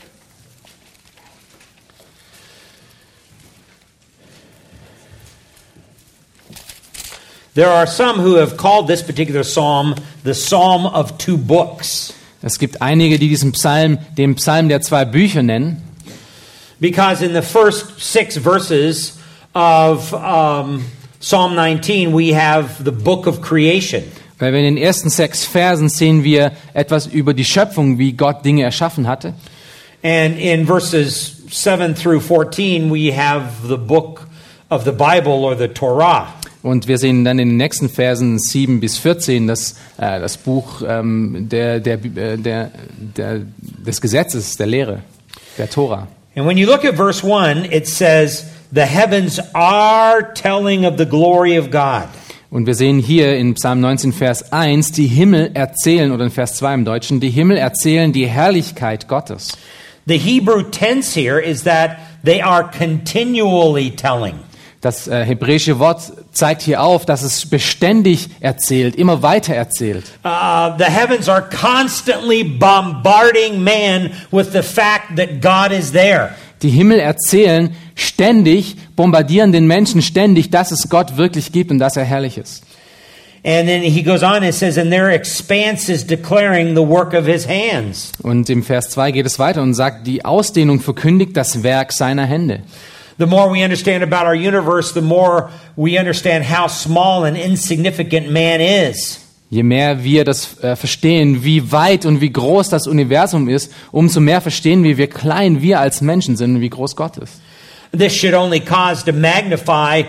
[SPEAKER 2] There are some who have called this particular psalm the Psalm of Two Books.
[SPEAKER 3] Es gibt einige, die diesen Psalm den Psalm der zwei Bücher nennen,
[SPEAKER 2] Because in the first six verses of um, Psalm nineteen, we have the book of creation.
[SPEAKER 3] weil wir in den ersten sechs Versen sehen wir etwas über die Schöpfung, wie Gott Dinge erschaffen hatte.
[SPEAKER 2] And in verses seven through fourteen, we have the book of the Bible or the Torah.
[SPEAKER 3] Und wir sehen dann in den nächsten Versen sieben bis vierzehn das, äh, das Buch ähm, der, der, äh, der, der, des Gesetzes, der Lehre, der Tora.
[SPEAKER 2] And when you look at verse one, it says, the heavens are telling of the glory of God.
[SPEAKER 3] Und wir sehen hier in Psalm neunzehn, Vers eins, die Himmel erzählen, oder in Vers zwei im Deutschen, die Himmel erzählen die Herrlichkeit Gottes.
[SPEAKER 2] The Hebrew tense here is that they are continually telling.
[SPEAKER 3] Das äh, hebräische Wort zeigt hier auf, dass es beständig erzählt, immer weiter erzählt.
[SPEAKER 2] Uh, the heavens are constantly bombarding man with the fact that God is there.
[SPEAKER 3] Die Himmel erzählen ständig, bombardieren den Menschen ständig, dass es Gott wirklich gibt und dass er herrlich ist.
[SPEAKER 2] And then he goes on and says, and their expanse is declaring the work of his hands.
[SPEAKER 3] Und im Vers zwei geht es weiter und sagt, die Ausdehnung verkündigt das Werk seiner Hände.
[SPEAKER 2] The more we understand about our universe, the more we understand how small and insignificant man is.
[SPEAKER 3] Je mehr wir das äh, verstehen, wie weit und wie groß das Universum ist, umso mehr verstehen wir, wie klein wir als Menschen sind und wie groß Gott ist.
[SPEAKER 2] This should only cause to magnify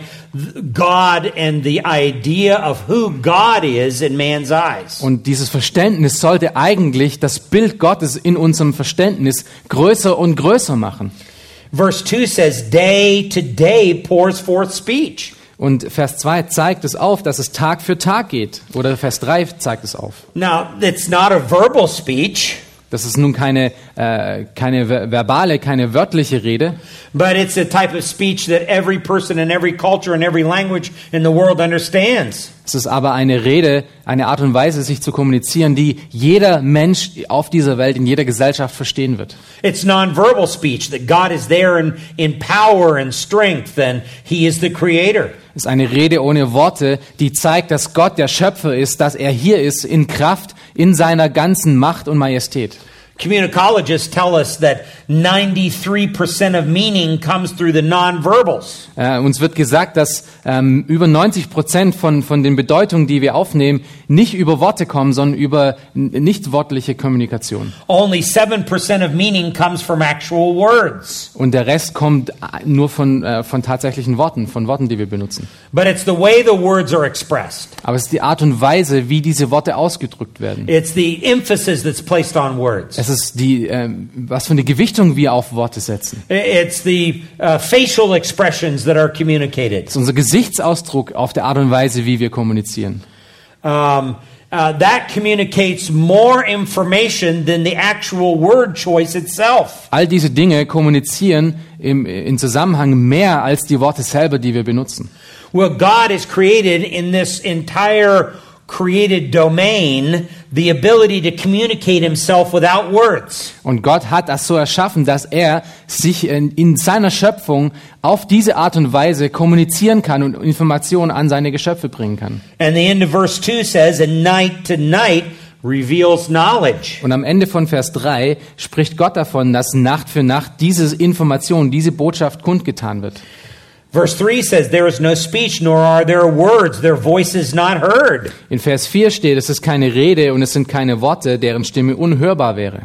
[SPEAKER 2] God and the idea of who God is in man's eyes.
[SPEAKER 3] Und dieses Verständnis sollte eigentlich das Bild Gottes in unserem Verständnis größer und größer machen.
[SPEAKER 2] Verse two says, day to day pours forth speech.
[SPEAKER 3] Und Vers zwei zeigt es auf, dass es Tag für Tag geht. Oder Vers drei zeigt es auf.
[SPEAKER 2] Now, it's not a verbal speech,
[SPEAKER 3] Das ist nun keine, äh, keine ver- verbale, keine wörtliche Rede,
[SPEAKER 2] but it's a type of speech that every person in every culture and every language in the world understands.
[SPEAKER 3] es ist aber eine Rede, eine Art und Weise, sich zu kommunizieren, die jeder Mensch auf dieser Welt, in jeder Gesellschaft verstehen wird.
[SPEAKER 2] It's nonverbal speech, that God is there in, in power and strength and He is the creator.
[SPEAKER 3] Es ist eine Rede ohne Worte, die zeigt, dass Gott der Schöpfer ist, dass er hier ist in Kraft, in seiner ganzen Macht und Majestät.
[SPEAKER 2] Communicologists tell us that ninety-three percent of meaning comes through the nonverbals.
[SPEAKER 3] Äh, uns wird gesagt, dass ähm, über neunzig Prozent von, von den Bedeutungen, die wir aufnehmen, nicht über Worte kommen, sondern über n- nicht wortliche Kommunikation.
[SPEAKER 2] Only seven percent of meaning comes from actual words.
[SPEAKER 3] Und der Rest kommt äh, nur von, äh, von tatsächlichen Worten, von Worten, die wir benutzen.
[SPEAKER 2] But it's the way the words are expressed.
[SPEAKER 3] Aber es ist die Art und Weise, wie diese Worte ausgedrückt werden.
[SPEAKER 2] It's the emphasis that's placed on words.
[SPEAKER 3] Es ist die, ähm, was für eine Gewichtung wir auf Worte setzen.
[SPEAKER 2] It's the uh, facial expressions that are communicated.
[SPEAKER 3] Es ist unser Gesichtsausdruck auf der Art und Weise, wie wir kommunizieren.
[SPEAKER 2] Um, uh, that communicates more information than the actual word choice itself.
[SPEAKER 3] All diese Dinge kommunizieren im, im Zusammenhang mehr als die Worte selber, die wir benutzen.
[SPEAKER 2] Well, God has created in this entire created domain the ability to communicate himself without words.
[SPEAKER 3] Und Gott hat das so erschaffen, dass er sich in, in seiner Schöpfung auf diese Art und Weise kommunizieren kann und Informationen an seine Geschöpfe bringen kann.
[SPEAKER 2] And the end of verse two says, and night to night reveals knowledge.
[SPEAKER 3] Und am Ende von Vers drei spricht Gott davon, dass Nacht für Nacht diese Information, diese Botschaft kundgetan wird.
[SPEAKER 2] Verse three says, there is no speech, nor are there words, their voice is not heard.
[SPEAKER 3] In Vers vier steht, es ist keine Rede und es sind keine Worte, deren Stimme unhörbar wäre.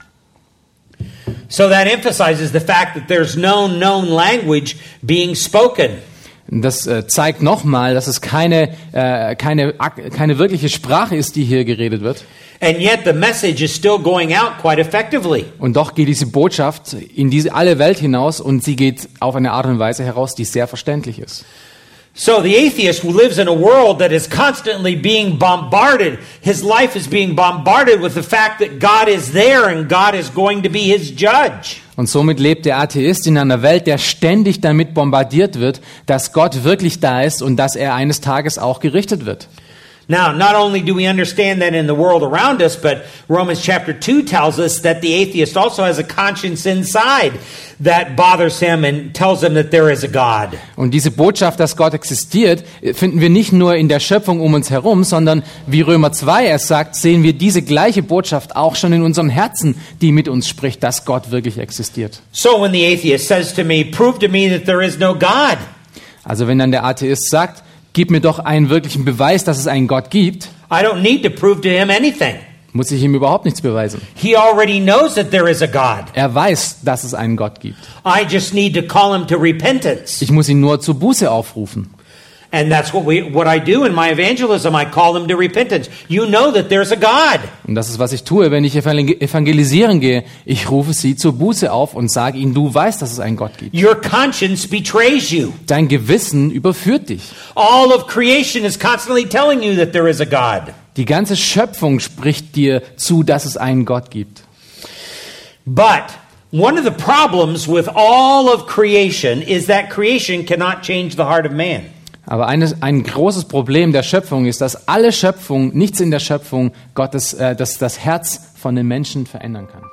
[SPEAKER 2] So that emphasizes the fact that there's no known language being spoken.
[SPEAKER 3] Das äh, zeigt nochmal, dass es keine, äh, keine, keine wirkliche Sprache ist, die hier geredet wird.
[SPEAKER 2] And yet the message is still going out quite effectively.
[SPEAKER 3] Und doch geht diese Botschaft in diese alle Welt hinaus und sie geht auf eine Art und Weise heraus, die sehr verständlich ist.
[SPEAKER 2] So the atheist who lives in a world that is constantly being bombarded, his life is being bombarded with the fact that God is there and God is going to be his judge.
[SPEAKER 3] Und somit lebt der Atheist in einer Welt, der ständig damit bombardiert wird, dass Gott wirklich da ist und dass er eines Tages auch gerichtet wird.
[SPEAKER 2] Now, not only do we understand that in the world around us, but Romans chapter two tells us that the atheist also has a conscience inside that bothers him and tells him that there is a God.
[SPEAKER 3] Und diese Botschaft, dass Gott existiert, finden wir nicht nur in der Schöpfung um uns herum, sondern wie Römer zwei es sagt, sehen wir diese gleiche Botschaft auch schon in unserem Herzen, die mit uns spricht, dass Gott wirklich existiert.
[SPEAKER 2] So when the atheist says to me, prove to me that there is no God.
[SPEAKER 3] Also wenn dann der Atheist sagt, gib mir doch einen wirklichen Beweis, dass es einen Gott gibt,
[SPEAKER 2] I don't need to prove to him anything.
[SPEAKER 3] muss ich ihm überhaupt nichts beweisen.
[SPEAKER 2] He already knows that there is a God.
[SPEAKER 3] Er weiß, dass es einen Gott gibt.
[SPEAKER 2] I just need to call him to repentance.
[SPEAKER 3] Ich muss ihn nur zur Buße aufrufen.
[SPEAKER 2] And that's what we what I do in my evangelism. I call them to repentance. You know that there's a God.
[SPEAKER 3] Und das ist, was ich tue, wenn ich evangelisieren gehe. Ich rufe sie zur Buße auf und sage ihnen, du weißt, dass es einen Gott gibt.
[SPEAKER 2] Your conscience betrays you.
[SPEAKER 3] Dein Gewissen überführt dich.
[SPEAKER 2] All of creation is constantly telling you that there is a God.
[SPEAKER 3] Die ganze Schöpfung spricht dir zu, dass es einen Gott gibt.
[SPEAKER 2] But one of the problems with all of creation is that creation cannot change the heart of man.
[SPEAKER 3] Aber eines, ein großes Problem der Schöpfung ist, dass alle Schöpfung, nichts in der Schöpfung Gottes, äh, das, das Herz von den Menschen verändern kann.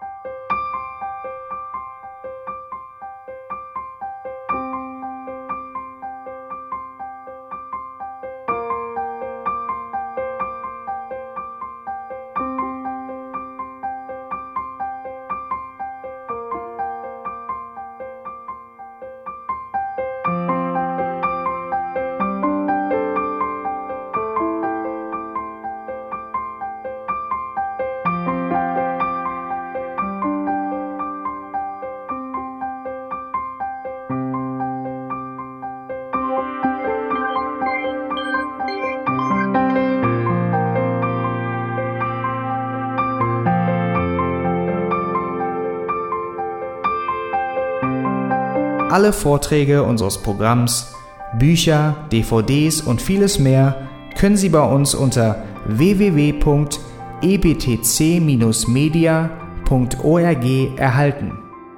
[SPEAKER 1] Alle Vorträge unseres Programms, Bücher, D V Ds und vieles mehr können Sie bei uns unter w w w punkt e b t c Bindestrich media punkt org erhalten.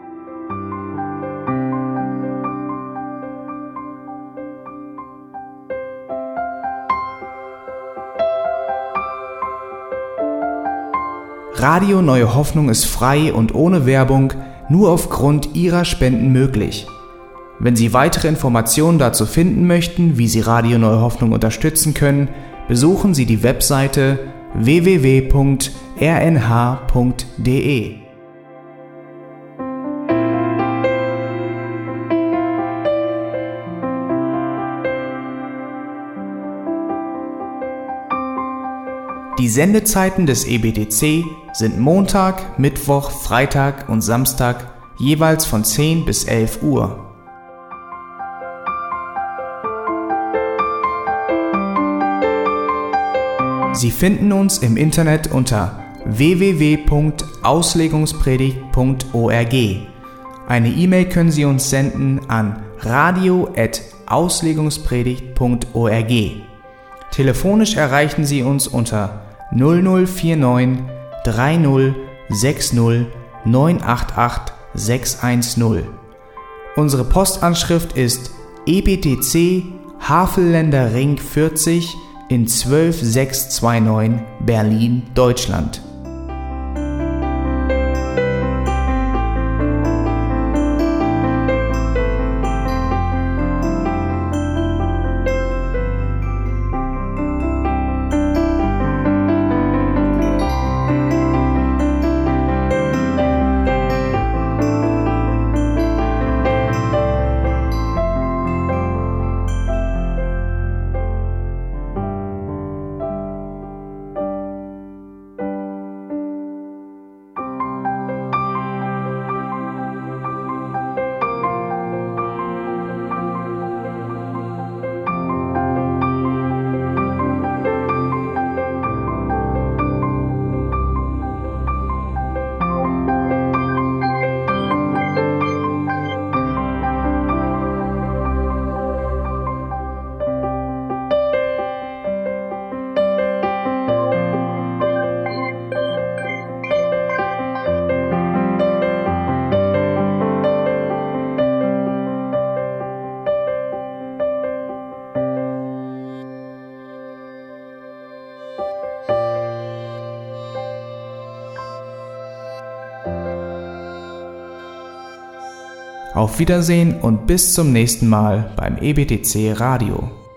[SPEAKER 1] Radio Neue Hoffnung ist frei und ohne Werbung nur aufgrund Ihrer Spenden möglich. Wenn Sie weitere Informationen dazu finden möchten, wie Sie Radio Neue Hoffnung unterstützen können, besuchen Sie die Webseite w w w punkt r n h punkt d e. Die Sendezeiten des E B T C sind Montag, Mittwoch, Freitag und Samstag jeweils von zehn bis elf Uhr. Sie finden uns im Internet unter w w w punkt auslegungspredigt punkt org. Eine E-Mail können Sie uns senden an radio at auslegungspredigt punkt org. Telefonisch erreichen Sie uns unter null null vier neun drei null sechs null neun acht acht sechs eins null. Unsere Postanschrift ist E B T C Havelländer Ring vierzig in zwölf sechs zwei neun Berlin, Deutschland. Auf Wiedersehen und bis zum nächsten Mal beim E B T C Radio.